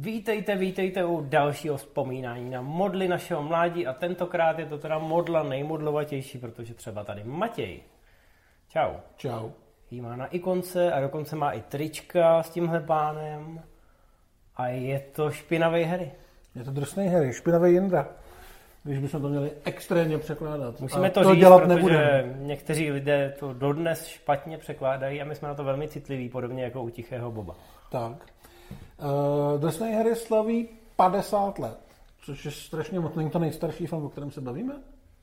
Vítejte u dalšího vzpomínání na modly našeho mládí a tentokrát je to teda modla nejmodlovatější, protože třeba tady Matěj. Čau. Čau. Jí má na ikonce a dokonce má i trička s tímhle pánem a je to špinavý Harry. Je to drsný Harry, špinavý Jindra, když bychom to měli extrémně překládat. Musíme to říct, dělat protože nebudeme. Někteří lidé to dodnes špatně překládají a my jsme na to velmi citliví, podobně jako u Tichého Boba. Tak. Drsný Harry slaví 50 let, což je strašně moc. Není to nejstarší film, o kterém se bavíme?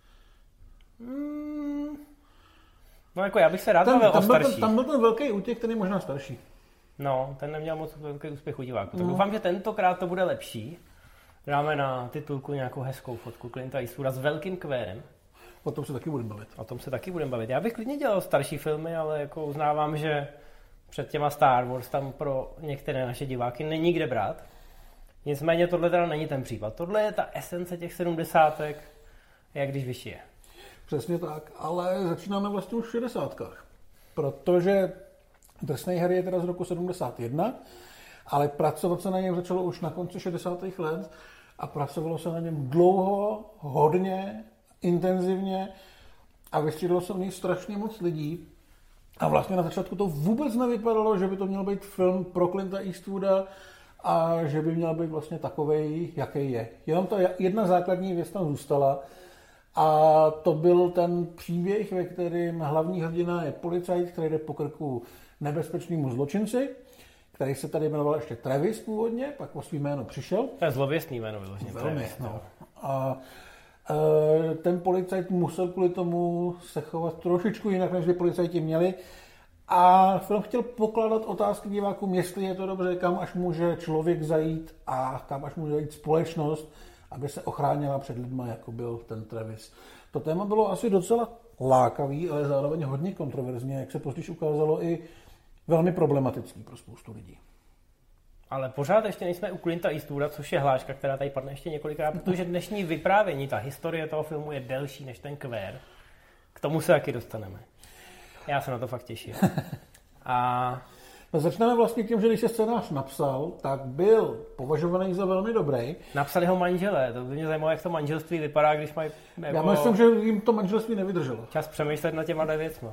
No jako já bych se rád bavil o starší. Tam byl ten velký útěk, který je možná starší. No, ten neměl moc velký úspěch u diváků. Tak doufám, že tentokrát to bude lepší. Dáme na titulku nějakou hezkou fotku Clinta Eastwooda s velkým kvérem. O tom se taky budeme bavit. Já bych klidně dělal starší filmy, ale jako uznávám, že před těma Star Wars tam pro některé naše diváky není kde brát. Nicméně tohle teda není ten případ. Tohle je ta esence těch 70. jak když vyšije. Přesně tak, ale začínáme vlastně už v 60. Protože Drsný Harry je teda z roku 71, ale pracovat se na něm začalo už na konci 60. let a pracovalo se na něm dlouho, hodně, intenzivně a vystřídalo se v něj strašně moc lidí. A vlastně na začátku to vůbec nevypadalo, že by to měl být film pro Clinta Eastwooda a že by měl být vlastně takovej, jaký je. Jenom ta jedna základní věc tam zůstala a to byl ten příběh, ve kterém hlavní hrdina je policajt, který jde po krku nebezpečnému zločinci, který se tady jmenoval ještě Travis původně, pak o svý jméno přišel. To je zlověstný jméno vyloženě. Velmi, no. A ten policajt musel kvůli tomu se chovat trošičku jinak, než by policajti měli. A film chtěl pokládat otázky divákům, jestli je to dobře, kam až může člověk zajít a kam až může zajít společnost, aby se ochránila před lidma, jako byl ten Travis. To téma bylo asi docela lákavý, ale zároveň hodně kontroverzně, jak se později ukázalo, i velmi problematický pro spoustu lidí. Ale pořád ještě nejsme u Clinta Eastwooda, což je hláška, která tady padne ještě několikrát, protože dnešní vyprávění, ta historie toho filmu je delší než ten kvér. K tomu se taky dostaneme. Já se na to fakt těším. A začneme vlastně tím, že když se scénář napsal, tak byl považovaný za velmi dobrý. Napsali ho manželé, to by mě zajímalo, jak to manželství vypadá, když mají jako Já myslím, že jim to manželství nevydrželo. čas přemýšlet nad těma věcma.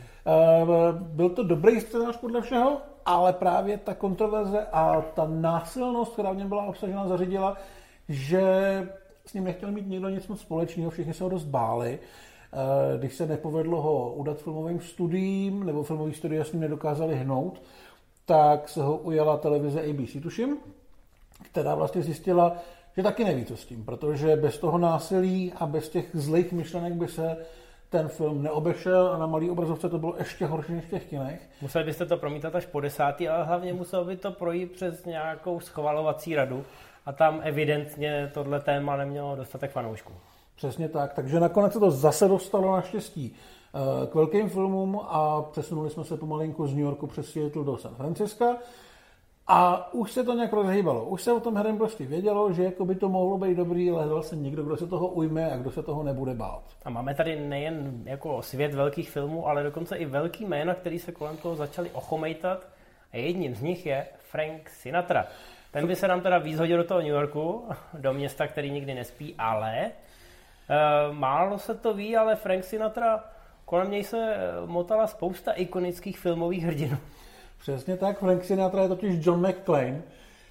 Byl to dobrý scénář podle všeho, ale právě ta kontroverze a ta násilnost, která v něm byla obsažena, zařídila, že s ním nechtěl mít nikdo nic moc společného, všichni se ho dost báli. Když se nepovedlo ho udat filmovým studiím, nebo filmový studia s ním nedokázali hnout, tak se ho ujala televize ABC, tuším, která vlastně zjistila, že taky neví, co s tím, protože bez toho násilí a bez těch zlých myšlenek by se ten film neobešel a na malý obrazovce to bylo ještě horší než v těch kinech. Museli byste to promítat až po 10., ale hlavně muselo by to projít přes nějakou schvalovací radu a tam evidentně tohle téma nemělo dostatek fanoušků. Přesně tak, takže nakonec se to zase dostalo naštěstí k velkým filmům a přesunuli jsme se pomalinku z New Yorku přes Seattle do San Francisca a už se to nějak rozhýbalo. Už se o tom herem prostě vědělo, že jako by to mohlo být dobrý, ale hledal se někdo, kdo se toho ujme a kdo se toho nebude bát. A máme tady nejen jako svět velkých filmů, ale dokonce i velký jména, který se kolem toho začali ochomejtat a jedním z nich je Frank Sinatra. Ten by se nám teda víc hodil do toho New Yorku, do města, který nikdy nespí, ale málo se to ví, ale Frank Sinatra, kolem něj se motala spousta ikonických filmových hrdinů. Přesně tak, Frank Sinatra je totiž John McClane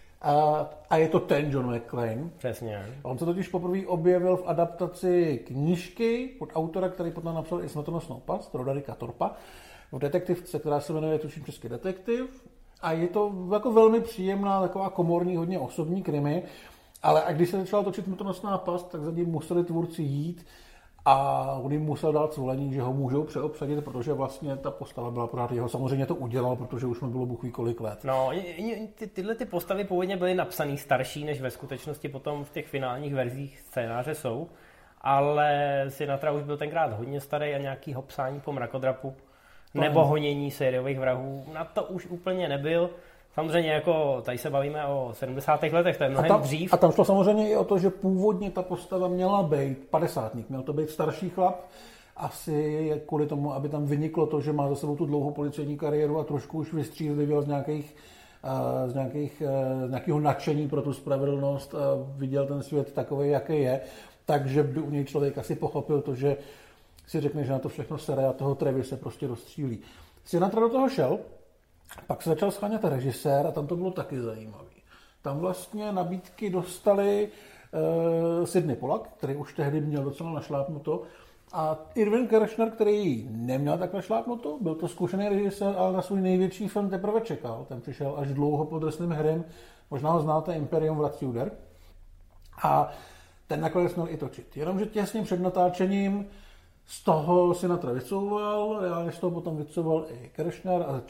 a je to ten John McClane. Přesně. On se totiž poprvé objevil v adaptaci knížky od autora, který potom napsal i Smrtonosnou past, Rodericka Thorpa, v detektivce, která se jmenuje tuším Český detektiv. A je to jako velmi příjemná, taková komorní, hodně osobní krimi. Ale a když se začala točit Smrtonosná past, tak za ním museli tvůrci jít a on jim musel dát svolení, že ho můžou přeobsadit, protože vlastně ta postava byla pořád jeho. Samozřejmě to udělal, protože už mu bylo bůh ví kolik let. No, tyhle ty postavy původně byly napsaný starší, než ve skutečnosti potom v těch finálních verzích scénáře jsou. Ale Sinatra už byl tenkrát hodně starý a nějaký hopsání po mrakodrapu nebo honění sériových vrahů, na to už úplně nebyl. Samozřejmě jako tady se bavíme o 70. letech, to je mnohem dřív. A tam šlo samozřejmě i o to, že původně ta postava měla být 50. Měl to být starší chlap, asi kvůli tomu, aby tam vyniklo to, že má za sebou tu dlouhou policejní kariéru a trošku už vystřízlivěl z nějakých z nějakého nadšení pro tu spravedlnost a viděl ten svět takový, jaký je, takže by u něj člověk asi pochopil to, že si řekne, že na to všechno sere a toho Trevi se prostě rozstřílí. Sinatra do toho šel, pak se začal schánět režisér a tam to bylo taky zajímavé. Tam vlastně nabídky dostali Sidney Pollack, který už tehdy měl docela našlápnuto, a Irving Kershner, který neměl tak našlápnuto, byl to zkušený režisér, ale na svůj největší film teprve čekal. Ten přišel až dlouho po Drsným hrem, možná ho znáte, Imperium vrací úder. A ten nakonec měl i točit. Jenomže těsně před natáčením z toho Sinatra vycouval, reálně z toho potom vycouval i Kershner a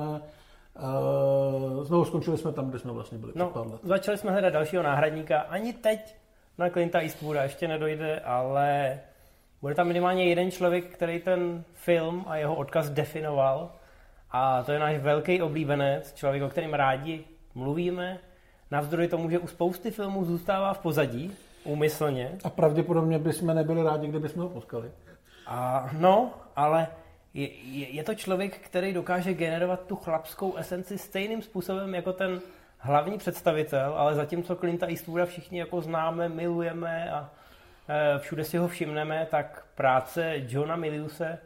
znovu skončili jsme tam, kde jsme vlastně byli před pár let. Začali jsme hledat dalšího náhradníka. Ani teď na Clinta Eastwooda ještě nedojde, ale bude tam minimálně jeden člověk, který ten film a jeho odkaz definoval. A to je náš velký oblíbenec, člověk, o kterém rádi mluvíme. Navzdory tomu, že u spousty filmů zůstává v pozadí, úmyslně. A pravděpodobně bychom nebyli rádi, kdybychom ho potkali. Ale je to člověk, který dokáže generovat tu chlapskou esenci stejným způsobem jako ten hlavní představitel, ale zatímco Clinta Eastwooda všichni jako známe, milujeme a všude si ho všimneme, tak práce Johna Miliuse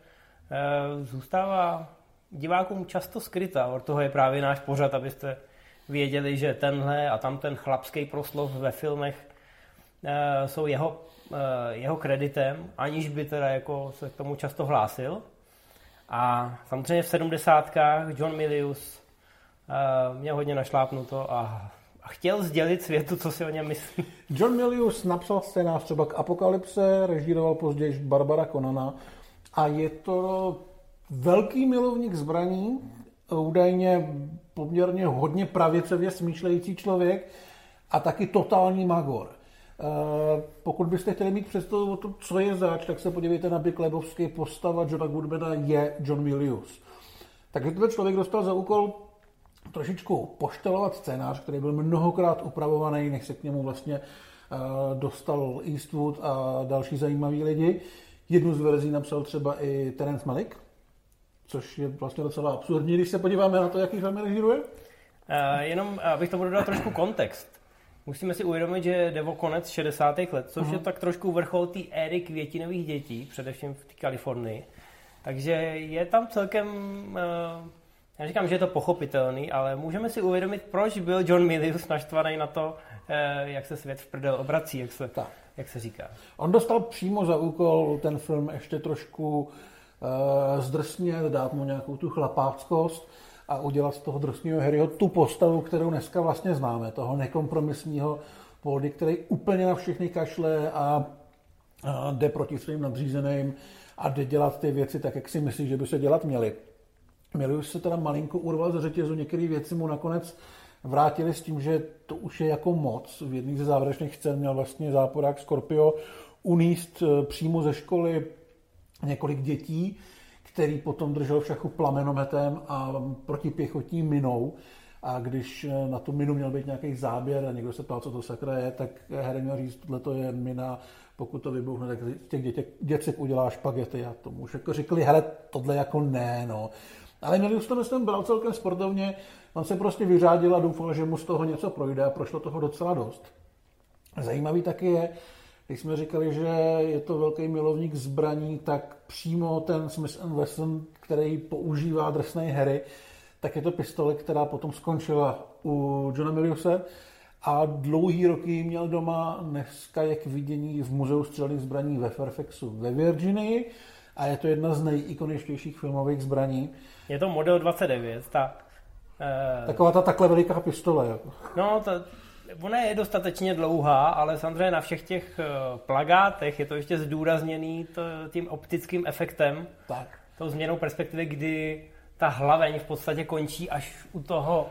zůstává divákům často skrytá. Od toho je právě náš pořad, abyste věděli, že tenhle a tamten chlapský proslov ve filmech jsou jeho kreditem, aniž by teda jako se k tomu často hlásil. A samozřejmě v 70kách John Milius měl hodně našlápnuto a chtěl sdělit světu, co si o něm myslí. John Milius napsal scénář třeba k Apokalypse, režíroval později Barbara Conana a je to velký milovník zbraní, údajně poměrně hodně pravicově smýšlející člověk a taky totální magor. Pokud byste chtěli mít představu o tom, co je zač, tak se podívejte na Big Lebowski, postava Johna Goodmana je John Milius. Takže ten člověk dostal za úkol trošičku poštelovat scénář, který byl mnohokrát upravovaný, než se k němu vlastně dostal Eastwood a další zajímaví lidi. Jednu z verzí napsal třeba i Terence Malick, což je vlastně docela absurdní, když se podíváme na to, jaký film režíruje. Jenom abych tomu dodal trošku kontext. Musíme si uvědomit, že jde o konec 60. let, což je tak trošku vrchol té éry květinových dětí, především v té Kalifornii. Takže je tam celkem, já říkám, že je to pochopitelný, ale můžeme si uvědomit, proč byl John Milius naštvaný na to, jak se svět v prdel obrací, jak se říká. On dostal přímo za úkol ten film ještě trošku zdrsnět, dát mu nějakou tu chlapáckost a udělat z toho drsného Harryho tu postavu, kterou dneska vlastně známe, toho nekompromisního Poldy, který úplně na všechny kašle a jde proti svým nadřízeným a jde dělat ty věci tak, jak si myslí, že by se dělat měly. Milius se teda malinko urval ze řetězu, některé věci mu nakonec vrátili s tím, že to už je jako moc. V jedné ze závěrečných scén měl vlastně záporák Scorpio uníst přímo ze školy několik dětí, který potom držel v šachu plamenometem a protipěchotní minou. A když na tu minu měl být nějaký záběr a někdo se ptal, co to sakra je, tak Harry měl říct, tohle je mina, pokud to vybuchne, tak z těch děcek udělá špagety. A tomu už jako řekli, hele, tohle jako ne, no. Ale Milius to myslím bral celkem sportovně, on se prostě vyřádil a doufal, že mu z toho něco projde a prošlo toho docela dost. Zajímavý taky je, když jsme říkali, že je to velký milovník zbraní, tak přímo ten Smith & Wesson, který používá drsnej Harry, tak je to pistole, která potom skončila u Johna Miliuse a dlouhý roky měl doma, dneska je k vidění v muzeu střelných zbraní ve Fairfaxu ve Virginii a je to jedna z nejikoničtějších filmových zbraní. Je to model 29. Taková ta takhle veliká pistole. Jako. No, ona je dostatečně dlouhá, ale samozřejmě na všech těch plakátech je to ještě zdůrazněný tím optickým efektem. Tak. Tou změnou perspektivy, kdy ta hlaveň v podstatě končí až u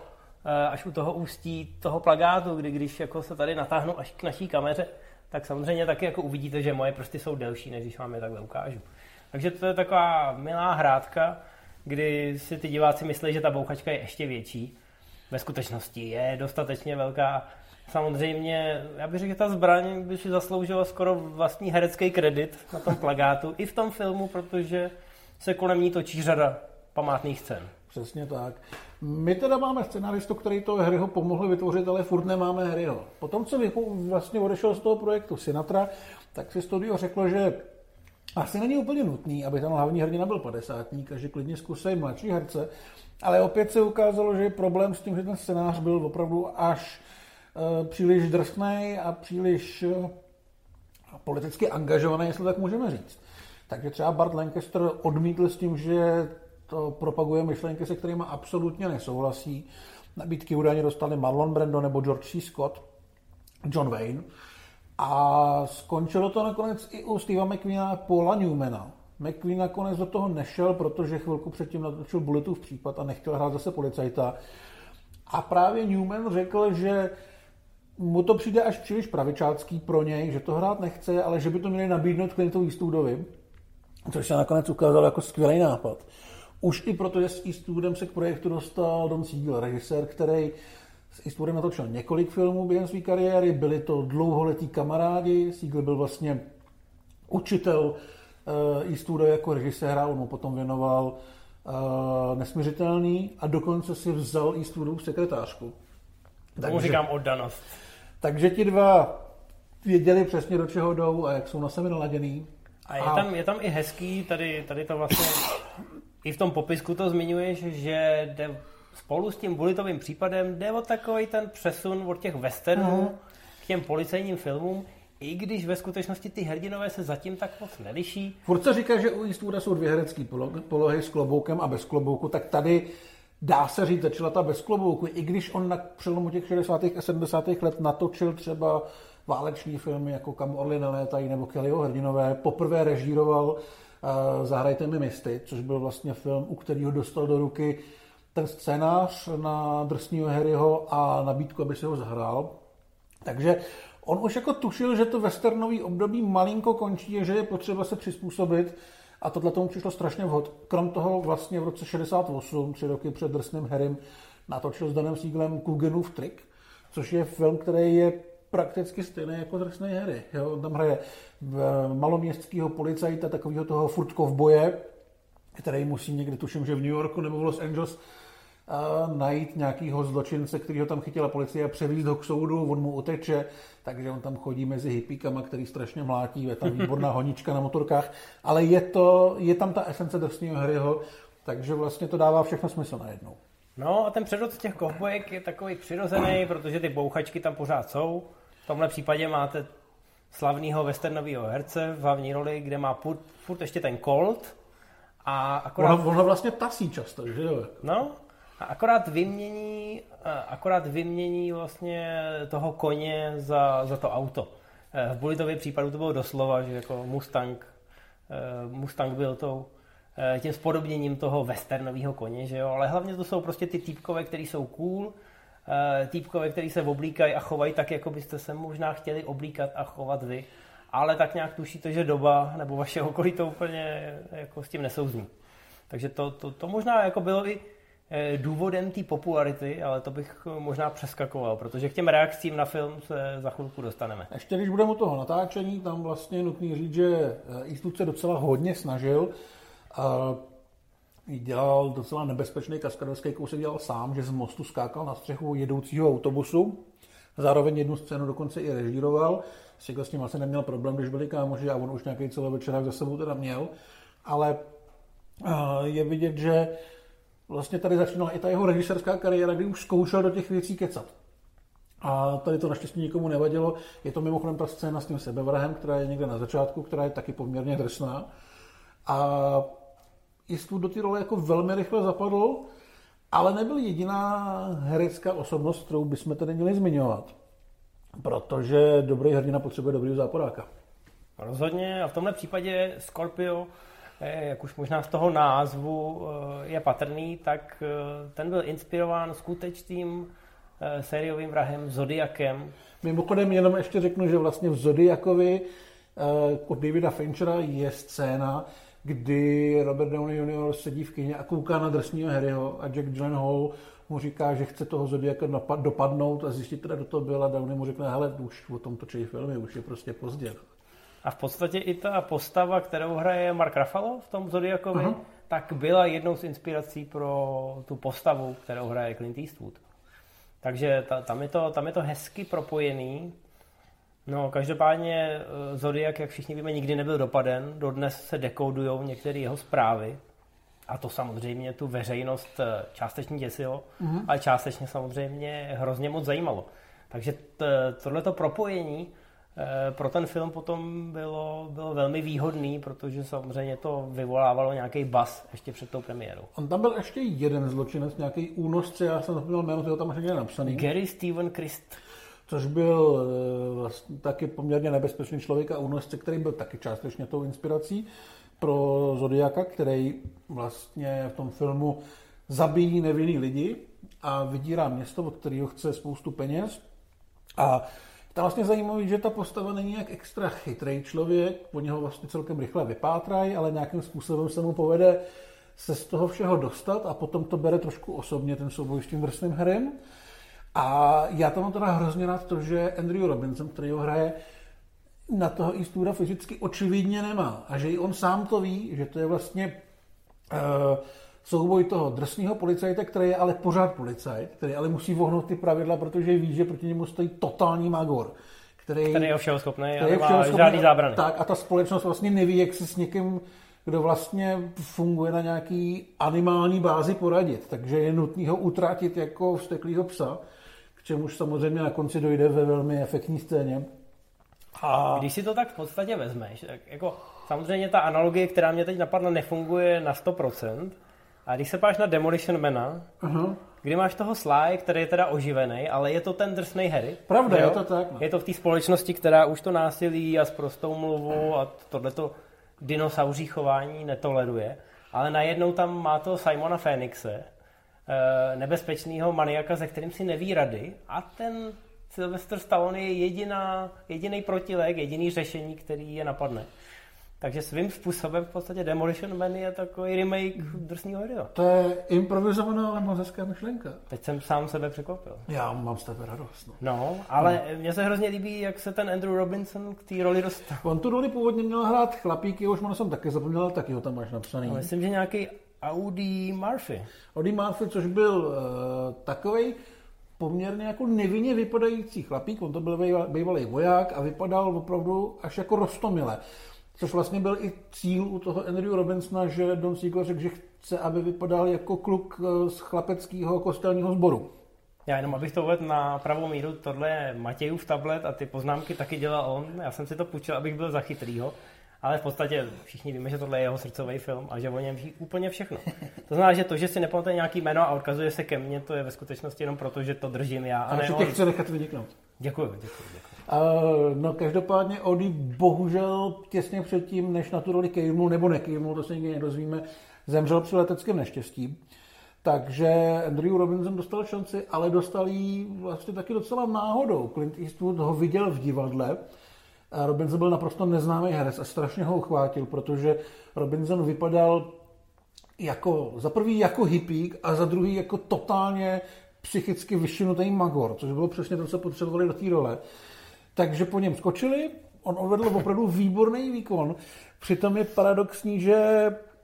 toho ústí toho plakátu, kdy když jako se tady natáhnu až k naší kameře, tak samozřejmě taky jako uvidíte, že moje prsty jsou delší, než když vám je takhle ukážu. Takže to je taková milá hrádka, kdy si ty diváci myslí, že ta bouchačka je ještě větší. Ve skutečnosti je dostatečně velká. Samozřejmě, já bych řekl, že ta zbraň by si zasloužila skoro vlastní herecký kredit na tom plakátu i v tom filmu, protože se kolem ní točí řada památných scén. Přesně tak. My teda máme scenaristu, který to Harryho pomohl vytvořit, ale furt nemáme Harryho. Potom, co vlastně odešel z toho projektu Sinatra, tak si studio řeklo, že asi není úplně nutný, aby ten hlavní hrdina byl padesátník a že klidně zkusej mladší herce, ale opět se ukázalo, že je problém s tím, že ten scénář byl opravdu až příliš drsnej a příliš politicky angažovaný, jestli tak můžeme říct. Takže třeba Burt Lancaster odmítl s tím, že to propaguje myšlenky, se kterými absolutně nesouhlasí. Nabídky údajně dostali Marlon Brando nebo George C. Scott, John Wayne. A skončilo to nakonec i u Steva McQueena a Paula Newmana. McQueen nakonec do toho nešel, protože chvilku předtím natočil Bulletův případ a nechtěl hrát zase policajta. A právě Newman řekl, že mu to přijde až příliš pravičácký pro něj, že to hrát nechce, ale že by to měli nabídnout Clintovi Eastwoodovi, což se nakonec ukázalo jako skvělý nápad. Už i protože s Eastwoodem se k projektu dostal Don Siegel, režisér, který s Eastwoodem natočil několik filmů během své kariéry, byli to dlouholetí kamarádi, Siegel byl vlastně učitel Eastwooda jako režiséra, on mu potom věnoval Nesmiřitelný a dokonce si vzal Eastwoodovu sekretářku. Tomu říkám oddanost. Takže ti dva věděli přesně, do čeho jdou a jak jsou na sebe naladěný. A je tam i hezký, tady to vlastně, i v tom popisku to zmiňuješ, že jde spolu s tím Bullettovým případem, jde o takový ten přesun od těch westernů k těm policejním filmům, i když ve skutečnosti ty hrdinové se zatím tak moc neliší. Furt se říká, že u Eastwooda jsou dvě herecké polohy s kloboukem a bez klobouku, tak tady dá se říct, začala ta bez klobouku, i když on na přelomu těch 60. a 70. let natočil třeba váleční filmy jako Kam orly nelétají nebo Kellyho hrdinové, poprvé režíroval Zahrajte mi misty, což byl vlastně film, u kterého dostal do ruky ten scénář na Drsného Harryho a nabídku, aby si ho zahrál. Takže on už jako tušil, že to westernový období malinko končí a že je potřeba se přizpůsobit a tohle tomu přišlo strašně vhod. Krom toho vlastně v roce 68, 3 roky před Drsným Harrym, natočil s Danem Siegelem Cooganův trik, což je film, který je prakticky stejný jako Drsný Harry. Jo? On tam hraje maloměstského policajta, takového toho furt kovboje, který musí někde, tuším, že v New Yorku nebo v Los Angeles, najít nějakého zločince, který ho tam chytila policie a převízt ho k soudu, on mu uteče, takže on tam chodí mezi hippíkama, který strašně mlátí, je tam výborná honička na motorkách, ale je tam ta esence Drsného Harryho, takže vlastně to dává všechno smysl najednou. No a ten přerod těch kovbojek je takový přirozený, protože ty bouchačky tam pořád jsou. V tomhle případě máte slavného westernového herce v hlavní roli, kde má furt ještě ten Colt. A akorát... Ono vlastně tasí často, že jo? No, a akorát vymění vlastně toho koně za to auto. V Bullettově případu to bylo doslova, že jako Mustang byl tím spodobněním toho westernového koně, že jo? Ale hlavně to jsou prostě ty týpkové, který jsou cool, týpkové, který se oblíkají a chovají tak, jako byste se možná chtěli oblíkat a chovat vy. Ale tak nějak tušíte, že doba nebo vaše okolí to úplně jako s tím nesouzní. Takže to možná jako bylo i důvodem té popularity, ale to bych možná přeskakoval, protože k těm reakcím na film se za chvilku dostaneme. Ještě když budeme u toho natáčení, tam vlastně je nutný říct, že Eastwood se docela hodně snažil. Dělal docela nebezpečný kaskadorský kousek, dělal sám, že z mostu skákal na střechu jedoucího autobusu. Zároveň jednu scénu dokonce i režíroval. S tím asi neměl problém, když byli kámoši a on už nějaký celovečerák za sebou teda měl. Ale je vidět, že vlastně tady začínala i ta jeho režisérská kariéra, kdy už zkoušel do těch věcí kecat. A tady to naštěstí nikomu nevadilo. Je to mimochodem ta scéna s tím sebevrahem, která je někde na začátku, která je taky poměrně drsná. A Eastwood do té role jako velmi rychle zapadl, ale nebyl jediná herecká osobnost, kterou bychom tady měli zmiňovat. Protože dobrý hrdina potřebuje dobrýho záporáka. Rozhodně a v tomhle případě Scorpio, jak už možná z toho názvu je patrný, tak ten byl inspirován skutečným sériovým vrahem Zodiakem. Mimochodem jenom ještě řeknu, že vlastně v Zodiakovi od Davida Finchera je scéna, kdy Robert Downey Jr. sedí v kyně a kouká na Drsného Harryho a Jack Gyllenhaal mu říká, že chce toho Zodiaka dopadnout a zjistit teda, kdo to byl a Downey mu řekne, hele, už o tom točí filmy, už je prostě pozdě. A v podstatě i ta postava, kterou hraje Mark Ruffalo v tom Zodiakovi, tak byla jednou z inspirací pro tu postavu, kterou hraje Clint Eastwood. Takže tam je to hezky propojený. No, každopádně Zodiac, jak všichni víme, nikdy nebyl dopaden. Dodnes se dekodujou některé jeho zprávy. A to samozřejmě tu veřejnost částečně děsilo, ale částečně samozřejmě hrozně moc zajímalo. Takže tohleto propojení pro ten film potom bylo velmi výhodný, protože samozřejmě to vyvolávalo nějaký buzz ještě před tou premiérou. On tam byl ještě jeden zločinec, nějaký únosce, já jsem zapomněl jméno, toho tam ještě někde napsaný. Gary Stephen Christ. Což byl vlastně taky poměrně nebezpečný člověk a únosce, který byl taky částečně tou inspirací pro Zodiaka, který vlastně v tom filmu zabíjí nevinný lidi a vydírá město, od kterého chce spoustu peněz. A tam vlastně zajímavé, že ta postava není jak extra chytrý člověk, po něho vlastně celkem rychle vypátrají, ale nějakým způsobem se mu povede se z toho všeho dostat a potom to bere trošku osobně, ten souboj s tím drsným Harrym. A já tam mám teda hrozně rád to, že Andrew Robinson, který ho hraje, na toho Eastwooda fyzicky očividně nemá. A že i on sám to ví, že to je vlastně souboj toho drsného policajta, který je ale pořád policajt, který ale musí vohnout ty pravidla, protože ví, že proti němu stojí totální magor. Který je všeho schopný a nemá žádný zábrany. Tak a ta společnost vlastně neví, jak si s někým, kdo vlastně funguje na nějaký animální bázi poradit. Takže je nutný ho utratit jako vzteklýho psa, k čemuž samozřejmě na konci dojde ve velmi efektní scéně. A když si to tak v podstatě vezmeš, tak jako samozřejmě ta analogie, která mě teď napadla, nefunguje na 100%. A když se páš na Demolition Mana, kdy máš toho Sly, který je teda oživený, ale je to ten drsnej Harry. Pravda, jo? Je to tak. No. Je to v té společnosti, která už to násilí a sprostou mluvu a tohleto dinosauří chování netoleruje. Ale najednou tam má to Simona Phoenixe, nebezpečného maniaka, se kterým si neví rady, a ten Sylvester Stallone je jediný protilek, jediný řešení, který je napadne. Takže svým způsobem v podstatě Demolition Man je takový remake drsného Harryho. To je improvizovaná, ale moc hezká myšlenka. Teď jsem sám sebe překvapil. Já mám z tebe radost. No, ale mně se hrozně líbí, jak se ten Andrew Robinson k té roli dostal. On tu roli původně měl hrát chlapík, jehož jméno jsem taky zapomněl, taky ho tam máš napsaný. No, myslím, že nějaký Audie Murphy. Audie Murphy, což byl takovej poměrně jako nevinně vypadající chlapík, on to byl bývalý voják a vypadal opravdu až jako roztomile. Což vlastně byl i cíl u toho Andrew Robinsona, že Don Siegel řekl, že chce, aby vypadal jako kluk z chlapeckého kostelního sboru. Já jenom abych to uvedl na pravou míru, tohle je Matějův tablet a ty poznámky taky dělal on. Já jsem si to půjčil, abych byl za chytrýho, ale v podstatě všichni víme, že tohle je jeho srdcový film a že o něm ví úplně všechno. To znamená, že to, že si nepamatuje nějaký jméno a odkazuje se ke mně, to je ve skutečnosti jenom proto, že to držím já. A ne on. Chce nechat vyniknout. Děkuji. No každopádně Audie bohužel těsně předtím, než na tu roli kejvnul nebo nekejvnul, to se nikdy nedozvíme, zemřel při leteckém neštěstí. Takže Andrew Robinson dostal šanci, ale dostal ji vlastně taky docela náhodou. Clint Eastwood ho viděl v divadle. A Robinson byl naprosto neznámý herec a strašně ho uchvátil, protože Robinson vypadal jako, za prvý jako hippík a za druhý jako totálně psychicky vyšinutý magor, což bylo přesně to, co potřebovali do té role. Takže po něm skočili, on odvedl opravdu výborný výkon. Přitom je paradoxní, že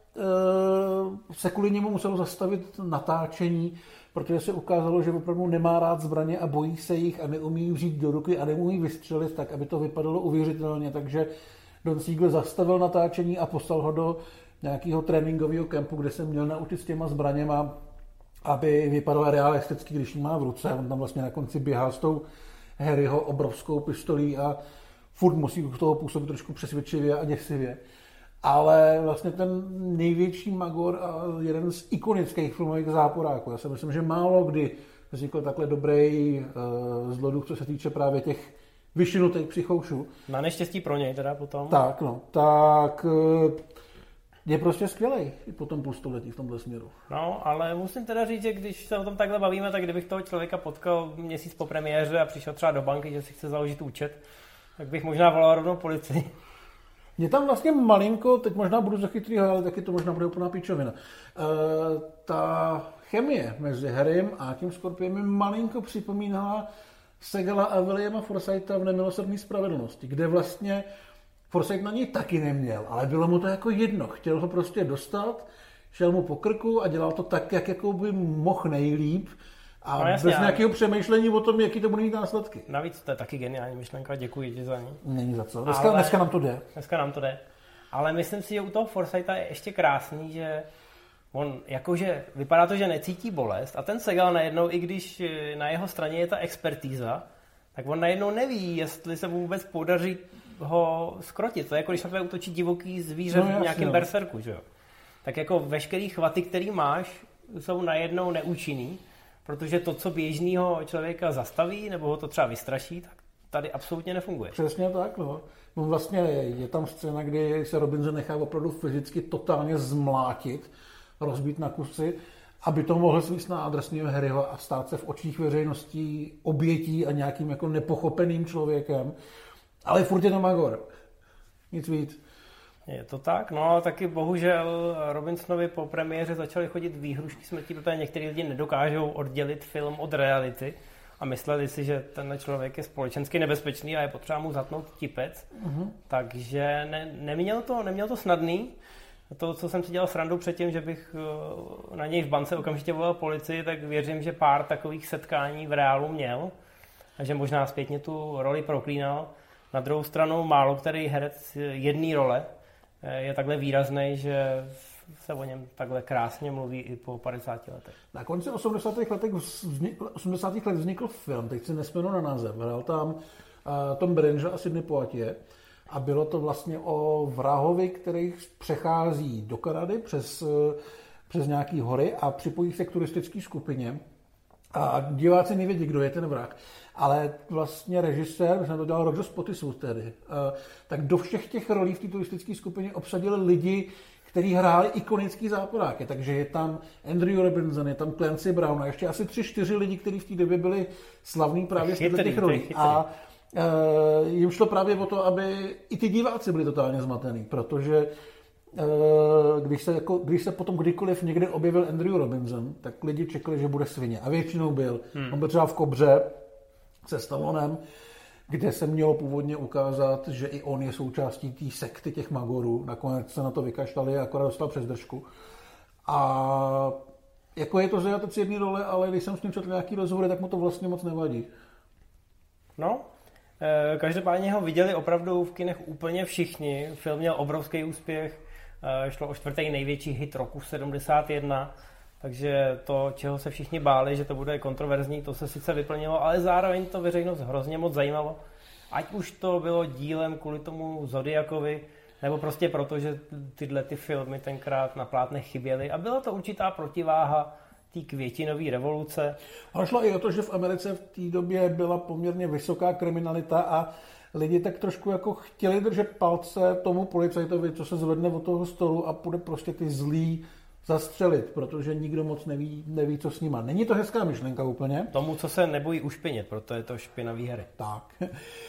se kvůli němu muselo zastavit natáčení, protože se ukázalo, že opravdu nemá rád zbraně a bojí se jich a neumí vzít do ruky a neumí vystřelit tak, aby to vypadalo uvěřitelně. Takže Don Siegel zastavil natáčení a poslal ho do nějakého tréninkového kempu, kde se měl naučit s těma zbraněma, aby vypadala realisticky, když ji má v ruce. On tam vlastně na konci běhá s tou Harryho obrovskou pistolí a furt musí k toho působit trošku přesvědčivě a děsivě. Ale vlastně ten největší magor a jeden z ikonických filmových záporáků. Já si myslím, že málo kdy vznikl takhle dobrý zloduch, co se týče právě těch vyšinutých psychoušů. Na neštěstí pro něj teda potom. Tak je prostě skvělej po tom půlstoletí v tomhle směru. No, ale musím teda říct, že když se o tom takhle bavíme, tak kdybych toho člověka potkal měsíc po premiéře a přišel třeba do banky, že si chce založit účet, tak bych možná volal rovnou policii. Je tam vlastně malinko, teď možná budu za chytrýho, ale taky to možná bude úplná píčovina. Ta chemie mezi Harrym a tím Scorpionem mi malinko připomínala Segala a Williama Forsytha v Nemilosrdné spravedlnosti, kde vlastně Forsyth na něj taky neměl, ale bylo mu to jako jedno. Chtěl ho prostě dostat, šel mu po krku a dělal to tak, jak jako by mohl nejlíp a no, jasně, bez nějakého přemýšlení o tom, jaký to bude mít následky. Navíc to je taky geniální myšlenka, děkuji ti za ní. Není za co. Dneska nám to jde. Dneska nám to jde. Ale myslím si, že u toho Forsytha je ještě krásný, že on jakože vypadá to, že necítí bolest a ten Segal najednou, i když na jeho straně je ta expertíza, tak on najednou neví, jestli se mu vůbec podaří ho skrotit. To je jako když na tebe útočí divoký zvíře v nějakém berserku, že jo? Tak jako veškerý chvaty, který máš, jsou najednou neúčinný, protože to, co běžného člověka zastaví, nebo ho to třeba vystraší, tak tady absolutně nefunguje. Přesně tak, no. Vlastně je tam scéna, kdy se Robinson nechá opravdu fyzicky totálně zmlátit, rozbít na kusy, aby to mohl svíst na adresního Harryho a stát se v očích veřejností obětí a nějakým jako nepochopeným člověkem. Ale furt je to magor. Nic víc. Je to tak, no taky bohužel Robinsonovi po premiéře začaly chodit výhrušky smrti, protože některý lidi nedokážou oddělit film od reality a mysleli si, že ten člověk je společensky nebezpečný a je potřeba mu zatnout tipec. Takže neměl to snadný. To, co jsem si dělal srandu předtím, že bych na něj v bance okamžitě volal policii, tak věřím, že pár takových setkání v reálu měl a že možná zpětně tu roli proklínal. Na druhou stranu málo který herec jedné role je takhle výrazný, že se o něm takhle krásně mluví i po 50 letech. Na konci 80. let vznikl film, teď si nespomenu na název, hrál tam Tom Berenger a Sidney Poitier a bylo to vlastně o vrahovi, který přechází do Kanady přes nějaký hory a připojí se k turistické skupině. A diváci nevědí, kdo je ten vrah. Ale vlastně režisér, myslím, to dělal Roger Spottiswoode tedy, tak do všech těch rolí v té turistické skupině obsadili lidi, kteří hráli ikonický záporáky. Takže je tam Andrew Robinson, je tam Clancy Brown a ještě asi 3-4 lidi, kteří v té době byli slavní právě z těch rolí. A jim šlo právě o to, aby i ty diváci byli totálně zmatený, protože když se potom kdykoliv někde objevil Andrew Robinson, tak lidi čekali, že bude svině. A většinou byl. On byl třeba v Kobře se Stallonem, kde se mělo původně ukázat, že i on je součástí té sekty těch magorů. Nakonec se na to vykašlali a akorát dostal přes držku. A jako je to zajatec jedné role, ale když jsem s ním četl nějaký rozhovory, tak mu to vlastně moc nevadí. No, každopádně ho viděli opravdu v kinech úplně všichni. Film měl obrovský úspěch, šlo o 4. největší hit roku 71, takže to, čeho se všichni báli, že to bude kontroverzní, to se sice vyplnilo, ale zároveň to veřejnost hrozně moc zajímalo. Ať už to bylo dílem kvůli tomu Zodiakovi, nebo prostě proto, že tyhle ty filmy tenkrát na plátnech chyběly a byla to určitá protiváha té květinové revoluce. Ale šlo i o to, že v Americe v té době byla poměrně vysoká kriminalita a lidi tak trošku jako chtěli držet palce tomu policajtovi, co se zvedne od toho stolu a půjde prostě ty zlý zastřelit, protože nikdo moc neví, co s nima. Není to hezká myšlenka úplně? Tomu, co se nebojí ušpinit, proto je to špinavý hry. Tak.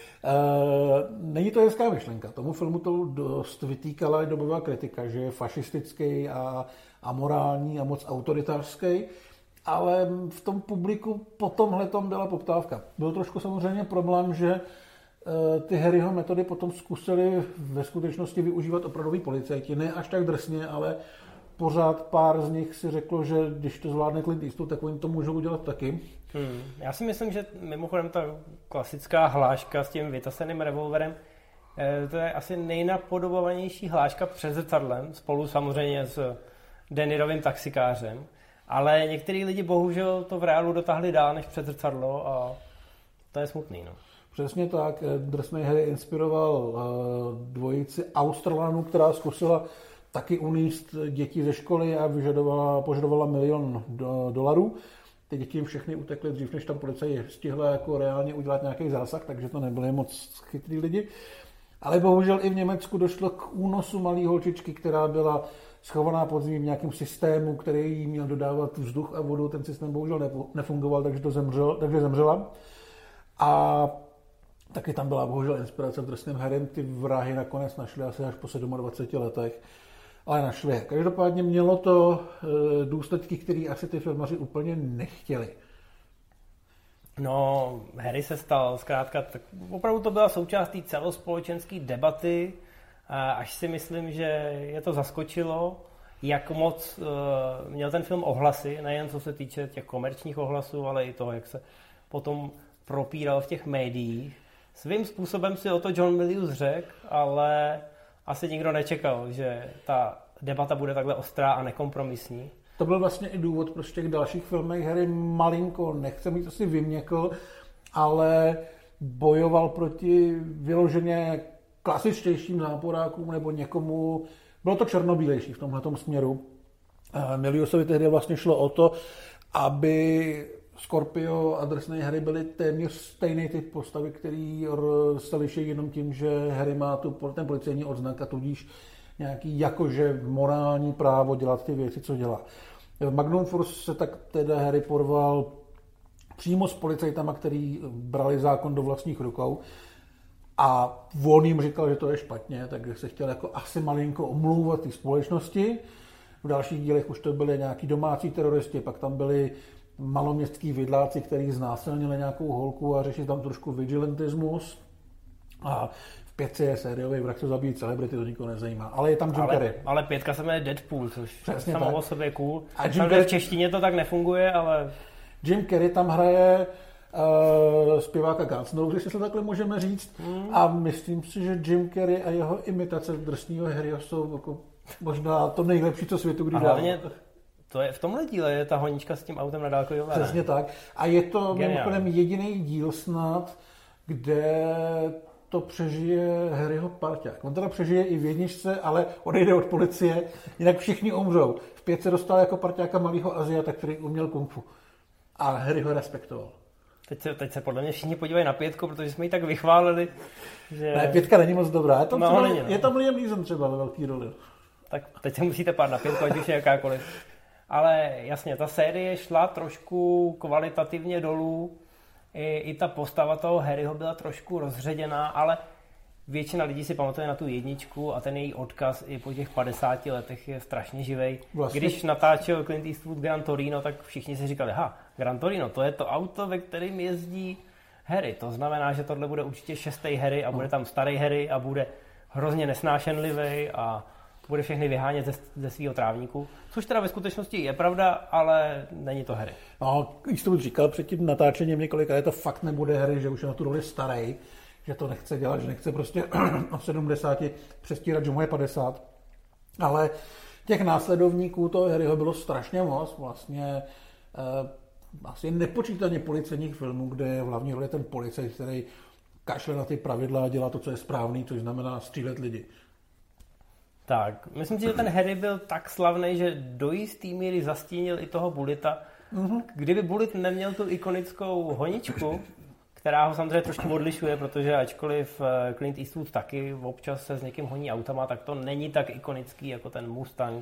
Není to hezká myšlenka. Tomu filmu to dost vytýkala i dobová kritika, že je fašistický a amorální a moc autoritářský, ale v tom publiku po tomhletom byla poptávka. Byl trošku samozřejmě problém, že ty Harryho metody potom zkusili ve skutečnosti využívat opravdoví policajti. Ne až tak drsně, ale pořád pár z nich si řeklo, že když to zvládne Clint Eastwood, tak oni to můžou udělat taky. Já si myslím, že mimochodem ta klasická hláška s tím vytaseným revolverem, to je asi nejnapodobovanější hláška před zrcadlem, spolu samozřejmě s Denirovým taxikářem, ale některý lidi bohužel to v reálu dotáhli dál než před zrcadlo a to je smutný. No. Přesně tak. Drsný Harry inspiroval dvojici Australanů, která zkusila taky uníst děti ze školy a požadovala $1 000 000. Ty děti jim všechny utekly dřív, než tam policie stihla jako reálně udělat nějaký zásah, takže to nebyly moc chytrý lidi. Ale bohužel i v Německu došlo k únosu malé holčičky, která byla schovaná pod zemí v nějakém systému, který jí měl dodávat vzduch a vodu. Ten systém bohužel nefungoval, takže zemřela. A taky tam byla bohužel inspirace v Drsném Harrym. Ty vrahy nakonec našli asi až po 27 letech. Ale našli. Každopádně mělo to důsledky, které asi ty filmaři úplně nechtěli. No, Harry se stal zkrátka, tak opravdu to byla součást té celospolečenské debaty, až si myslím, že je to zaskočilo. jak moc měl ten film ohlasy, nejen co se týče těch komerčních ohlasů, ale i toho, jak se potom propíral v těch médiích. Svým způsobem si o to John Milius řekl, ale asi nikdo nečekal, že ta debata bude takhle ostrá a nekompromisní. To byl vlastně i důvod, proč v těch dalších filmech Harry malinko, nechce mít asi vyměkl, ale bojoval proti vyloženě klasičtějším záporákům nebo někomu. Bylo to černobílejší v tomhletom směru. Miliusovi tehdy vlastně šlo o to, aby Scorpio a Drsný Harry byli téměř stejný typ postavy, který se liší jenom tím, že Harry má ten policejní odznak a tudíž nějaký jakože morální právo dělat ty věci, co dělá. V Magnum Force se tak teda Harry porval přímo s policajtama, který brali zákon do vlastních rukou a on jim říkal, že to je špatně, takže se chtěl jako asi malinko omlouvat té společnosti. V dalších dílech už to byly nějaký domácí teroristi, pak tam byli maloměstský vidláci, kteří znásilnili nějakou holku a řešili tam trošku vigilantismus. A v 5 je sériový vrah, co zabíjí celebrity, to nikoho nezajímá. Ale je tam Jim Carrey. Ale 5 se jmenuje Deadpool, což přesně samo tak. o sobě cool. A v češtině to tak nefunguje, ale... Jim Carrey tam hraje zpěváka Guns N' Roses, jestli takhle můžeme říct. A myslím si, že Jim Carrey a jeho imitace Drsného Harryho jsou jako možná to nejlepší, co světu kdy dává. To je v tomhle díle je ta honička s tím autem na dálkový ovládání. Přesně tak. A je to mimochodem jediný díl snad, kde to přežije Harryho parťák. On teda přežije i v jedničce, ale odejde od policie, jinak všichni umřou. V 5 se dostal jako parťáka malého Aziata, který uměl kung fu. A Harry ho respektoval. Teď se podle mě všichni podívají na 5, protože jsme ji tak vychválili, že... Ne, 5 není moc dobrá. Je tam Liam Neeson třeba ve velký roli. Tak teď se musíte pát na 5, ať už je jakákoliv. Ale jasně, ta série šla trošku kvalitativně dolů. I ta postava toho Harryho byla trošku rozředěná, ale většina lidí si pamatuje na tu jedničku a ten její odkaz i po těch 50 letech je strašně živej. Vlastně. Když natáčel Clint Eastwood Gran Torino, tak všichni si říkali, Gran Torino, to je to auto, ve kterém jezdí Harry. To znamená, že tohle bude určitě 6. Harry a bude tam starý Harry a bude hrozně nesnášenlivý a bude všechny vyhánět ze svého trávníku. Což teda ve skutečnosti je pravda, ale není to Harry. No, Eastwood říkal před tím natáčením několika, že to fakt nebude Harry, že už je na tu roli starý, že to nechce dělat, že nechce prostě o 70 přestírat, že mu je 50. Ale těch následovníků toho Harryho bylo strašně moc. Vlastně asi nepočítaně policejních filmů, kde je v hlavní roli ten policajt, který kašle na ty pravidla a dělá to, co je správný, což znamená střílet lidi. Tak, myslím si, že ten Harry byl tak slavný, že do jistý míry zastínil i toho Bullita. Kdyby Bullit neměl tu ikonickou honičku, která ho samozřejmě trošku odlišuje, protože ačkoliv Clint Eastwood taky občas se s někým honí autama, tak to není tak ikonický jako ten Mustang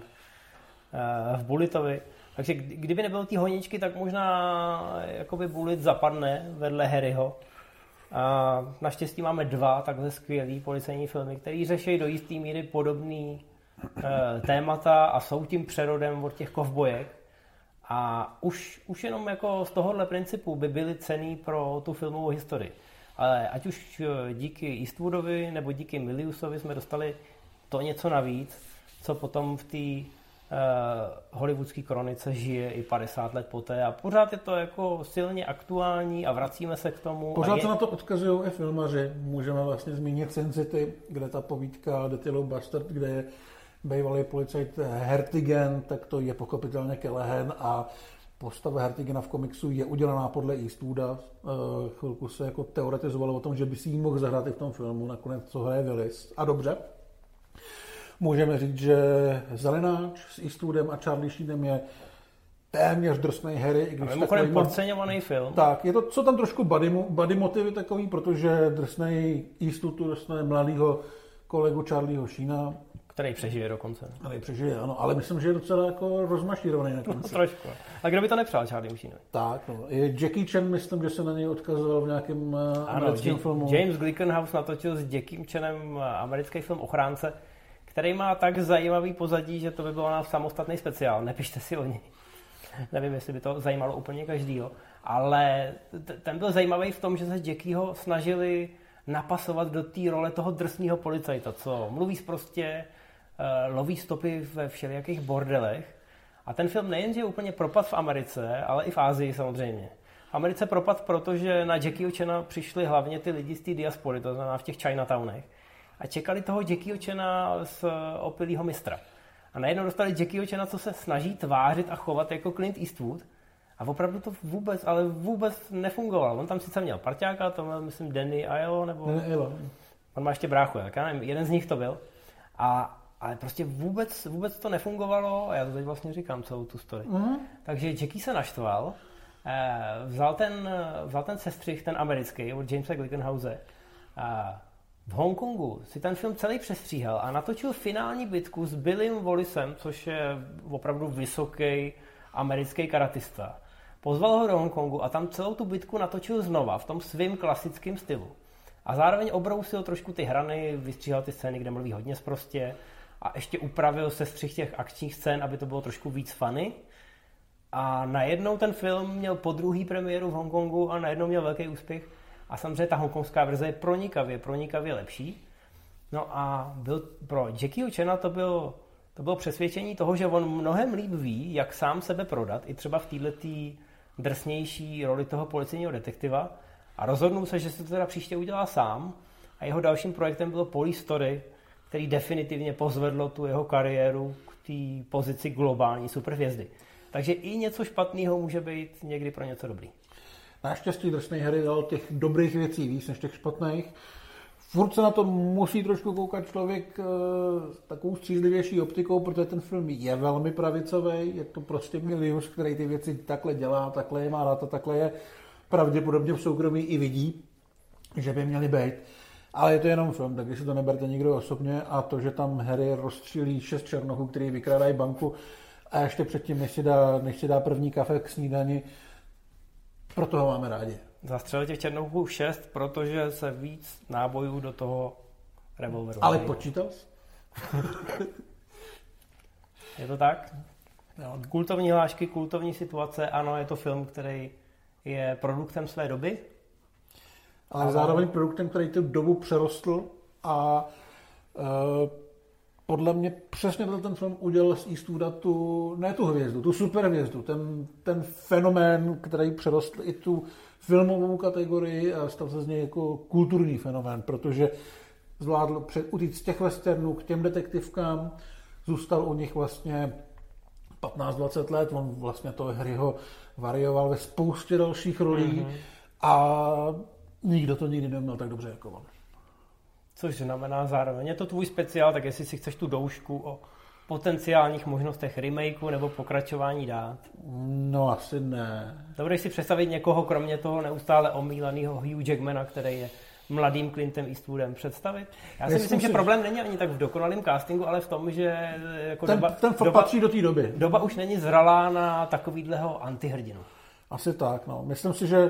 v Bullitovi. Takže kdyby nebyl ty honičky, tak možná jakoby Bullit zapadne vedle Harryho. A naštěstí máme 2 takhle skvělý policejní filmy, který řeší do jistý míry podobný témata a jsou tím přerodem od těch kovbojek. A už jenom jako z tohohle principu by byly cenný pro tu filmovou historii. Ale ať už díky Eastwoodovi nebo díky Miliusovi jsme dostali to něco navíc, co potom v té hollywoodské kronice žije i 50 let poté a pořád je to jako silně aktuální a vracíme se k tomu. Pořád se na to odkazují i filmaři. Můžeme vlastně zmínit Sin City, kde ta povídka The Yellow Bastard, kde je bývalý policajt Hertigen, tak to je pochopitelně Callahan a postava Hertigena v komiksu je udělaná podle Eastwooda. Chvilku se jako teoretizovalo o tom, že by si ji mohl zahrát i v tom filmu, nakonec co hraje Willis. A dobře. Můžeme říct, že Zelenáč s Eastwoodem a Charlie Sheenem je téměř Drsný Harry. I když mimochodem podceňovaný film. Tak, je to, co tam trošku buddy motivy takový, protože Drsný Eastwood dostane mladýho kolegu Charlieho Sheena. Který přežije dokonce. Který přežije, ano, ale myslím, že je docela jako rozmašírovaný na konci. No, trošku. A kdo by to nepřál Charlie Sheenovi? Tak, no. Je Jackie Chan, myslím, že se na něj odkazoval v nějakém americkém filmu. James Glickenhaus natočil s Jackiem Chanem americký film Ochránce, který má tak zajímavý pozadí, že to by bylo na samostatný speciál. Nepište si o něj. Nevím, jestli by to zajímalo úplně každýho. Ale ten byl zajímavý v tom, že se Jackieho snažili napasovat do té role toho drsného policajta, co mluví sprostě, loví stopy ve všelijakých bordelech. A ten film nejenže úplně propad v Americe, ale i v Asii samozřejmě. V Americe propad, protože na Jackieho Chana přišli hlavně ty lidi z té diaspory, to znamená v těch Chinatownech. A čekali toho Jackieho Chana z Opilýho mistra. A najednou dostali Jackieho Chana, co se snaží tvářit a chovat jako Clint Eastwood. A opravdu to vůbec nefungovalo. On tam sice měl parťáka, to měl, myslím, Danny Aiello, nebo... Danny Aiello. On má ještě bráchu, tak já nevím, jeden z nich to byl. Ale prostě vůbec to nefungovalo a já to teď vlastně říkám celou tu story. Takže Jackie se naštval, vzal ten sestřih, ten americký, od Jamesa Glickenhause. V Hongkongu si ten film celý přestříhal a natočil finální bitku s Billym Wallaceem, což je opravdu vysoký americký karatista. Pozval ho do Hongkongu a tam celou tu bitku natočil znova v tom svým klasickém stylu. A zároveň obrousil trošku ty hrany, vystříhal ty scény, kde mluví hodně sprostě a ještě upravil sestřih těch akčních scén, aby to bylo trošku víc funny. A najednou ten film měl podruhý premiéru v Hongkongu a najednou měl velký úspěch. A samozřejmě ta hongkongská verze je pronikavě lepší. No a pro Jackieho Chana to bylo přesvědčení toho, že on mnohem líp ví, jak sám sebe prodat, i třeba v této drsnější roli toho policejního detektiva. A rozhodnul se, že se to teda příště udělá sám. A jeho dalším projektem bylo Police Story, který definitivně pozvedlo tu jeho kariéru k té pozici globální superhvězdy. Takže i něco špatného může být někdy pro něco dobrý. Naštěstí drsný Harry dal těch dobrých věcí víc než těch špatných. Furt se na to musí trošku koukat člověk takovou střízlivější optikou, protože ten film je velmi pravicový. Je to prostě Milius, který ty věci takhle dělá, takhle je má rád a takhle je pravděpodobně v soukromí i vidí, že by měli být. Ale je to jenom film, takže si to neberte nikdo osobně a to, že tam Harry rozstřílí 6 černochů, který vykrádají banku a ještě předtím, než si dá první kafe k snídani, proto ho máme rádi. Zastřelil těch černochů 6, protože se víc nábojů do toho revolveru. Ale počítal jsi? Je to tak? Jo, kultovní hlášky, kultovní situace, ano, je to film, který je produktem své doby. Ale zároveň produktem, který tu dobu přerostl a podle mě přesně ten film udělal z Eastwooda ne tu hvězdu, tu superhvězdu, ten fenomén, který přerostl i tu filmovou kategorii a stal se z něj jako kulturní fenomén, protože zvládl utíct z těch westernů k těm detektivkám, zůstal u nich vlastně 15-20 let, on vlastně toho Harryho varioval ve spoustě dalších rolí a nikdo to nikdy neměl tak dobře jako on. Což znamená zároveň, je to tvůj speciál, tak jestli si chceš tu doušku o potenciálních možnostech remakeu nebo pokračování dát? No asi ne. Dobře si představit někoho, kromě toho neustále omílaného Hugh Jackmana, který je mladým Clintem Eastwoodem, představit? Já si myslím, že problém není ani tak v dokonalém castingu, ale v tom, že jako ten patří do té doby. Doba už není zralá na takovýhleho antihrdinu. Asi tak, no. Myslím si, že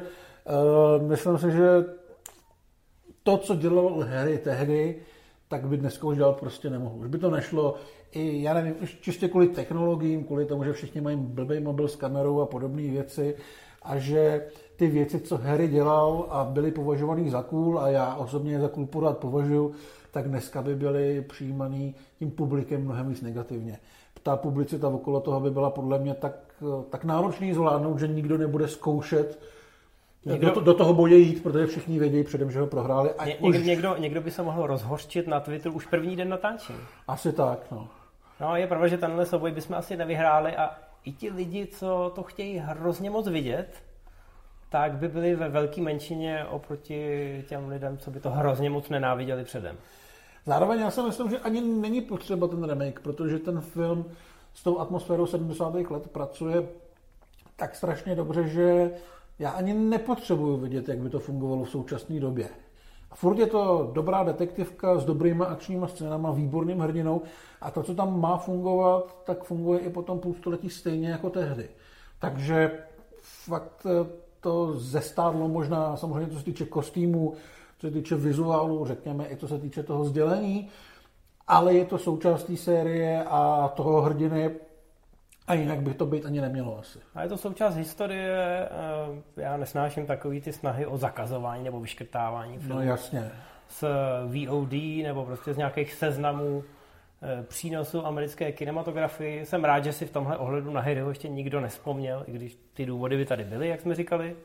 to, co dělal Harry tehdy, tak by dneska už dělat prostě nemohl. Už by to nešlo, i já nevím, čistě kvůli technologiím, kvůli tomu, že všichni mají blbý mobil s kamerou a podobné věci a že ty věci, co Harry dělal a byly považovaný za cool a já osobně za cool pořád považuji, tak dneska by byly přijímaný tím publikem mnohem víc negativně. Ta publicita okolo toho by byla podle mě tak náročný zvládnout, že nikdo nebude zkoušet do toho boje jít, protože všichni vědí předem, že ho prohráli. Někdo by se mohl rozhořčit na Twitteru už první den natáčení. Asi tak, no. No, je pravda, že tenhle souboj bychom asi nevyhráli a i ti lidi, co to chtějí hrozně moc vidět, tak by byli ve velké menšině oproti těm lidem, co by to hrozně moc nenáviděli předem. Zároveň já si myslím, že ani není potřeba ten remake, protože ten film s tou atmosférou 70. let pracuje tak strašně dobře, že já ani nepotřebuju vidět, jak by to fungovalo v současné době. A furt je to dobrá detektivka s dobrýma akčníma scénama, výborným hrdinou a to, co tam má fungovat, tak funguje i po tom půlstoletí stejně jako tehdy. Takže fakt to zestárlo možná samozřejmě, co se týče kostýmů, co se týče vizuálu, řekněme, i co se týče toho sdělení, ale je to součást té série a toho hrdiny a jinak by to být ani nemělo asi. A je to součást historie, já nesnáším takový ty snahy o zakazování nebo vyškrtávání filmů. No jasně. Z VOD nebo prostě z nějakých seznamů přínosu americké kinematografii. Jsem rád, že si v tomhle ohledu na Harryho ještě nikdo nevzpomněl, i když ty důvody by tady byly, jak jsme říkali.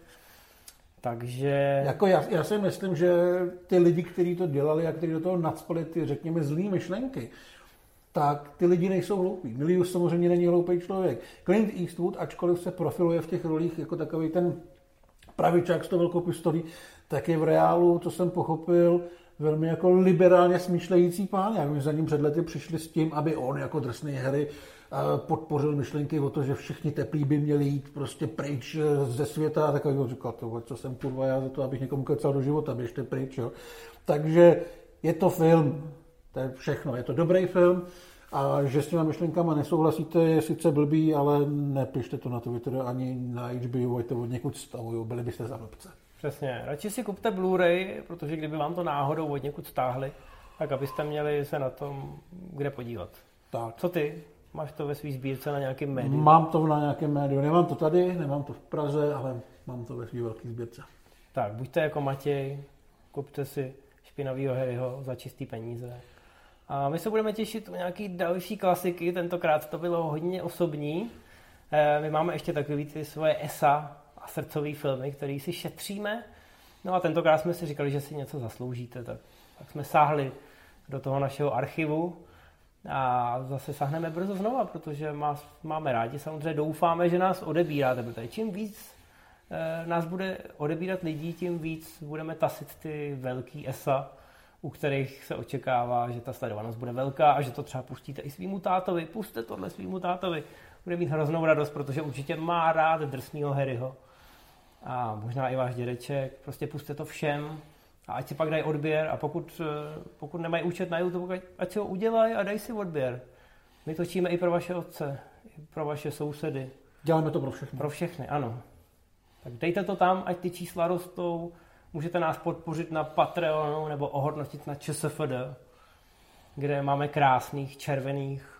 Takže... Jako já si myslím, že ty lidi, kteří to dělali a kteří do toho nacpali ty, řekněme, zlý myšlenky, tak ty lidi nejsou hloupí. Milius samozřejmě není hloupý člověk. Clint Eastwood, ačkoliv se profiluje v těch rolích jako takový ten pravičák s tou velkou pistolí, tak je v reálu, to jsem pochopil, velmi jako liberálně smýšlející pán. Já vím, za ním před lety přišli s tím, aby on jako drsný Harry podpořil myšlenky o to, že všichni teplí by měli jít prostě pryč ze světa a takový říkal, co jsem kurva já za to, abych někomu kecal do života, běžte pryč. Jo. Takže je to film, to je všechno, je to dobrý film a že s těma myšlenkama nesouhlasíte je sice blbý, ale nepište to na Twitter ani na HBO, ať to od někud stavují, byli byste za blbce. Přesně, radši si kupte Blu-ray, protože kdyby vám to náhodou od někud stáhli, tak abyste měli se na tom kde podívat. Tak. Co ty? Máš to ve svý sbírce na nějakém médiu? Mám to na nějakém médiu, nemám to tady, nemám to v Praze, ale mám to ve svý velký sbírce. Tak, buďte jako Matěj, kupte si špinavýho Harryho za čistý peníze. A my se budeme těšit u nějaký další klasiky, tentokrát to bylo hodně osobní. My máme ještě takový ty svoje esa a srdcový filmy, který si šetříme. No a tentokrát jsme si říkali, že si něco zasloužíte, tak jsme sáhli do toho našeho archivu a zase sáhneme brzo znova, protože máme rádi, samozřejmě doufáme, že nás odebíráte, protože čím víc nás bude odebírat lidí, tím víc budeme tasit ty velký esa, u kterých se očekává, že ta sledovanost bude velká a že to třeba pustíte i svýmu tátovi. Pusťte tohle svýmu tátovi. Bude mít hroznou radost, protože určitě má rád drsnýho Harryho. A možná i váš dědeček. Prostě pusťte to všem a ať si pak dají odběr a pokud nemají účet na YouTube, ať si ho udělají a dají si odběr. My točíme i pro vaše otce, i pro vaše sousedy. Děláme to pro všechny. Pro všechny, ano. Tak dejte to tam, ať ty čísla rostou. Můžete nás podpořit na Patreonu nebo ohodnotit na ČSFD, kde máme krásných červených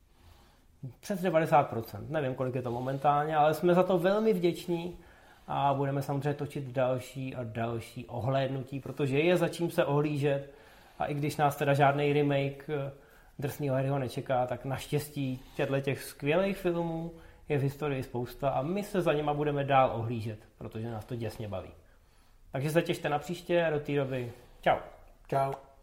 přes 90%. Nevím, kolik je to momentálně, ale jsme za to velmi vděční a budeme samozřejmě točit další a další ohlédnutí, protože je za čím se ohlížet a i když nás teda žádný remake Drsnýho Harryho nečeká, tak naštěstí těch skvělých filmů je v historii spousta a my se za nima budeme dál ohlížet, protože nás to děsně baví. Takže se těšte na příště a do té doby. Čau. Čau.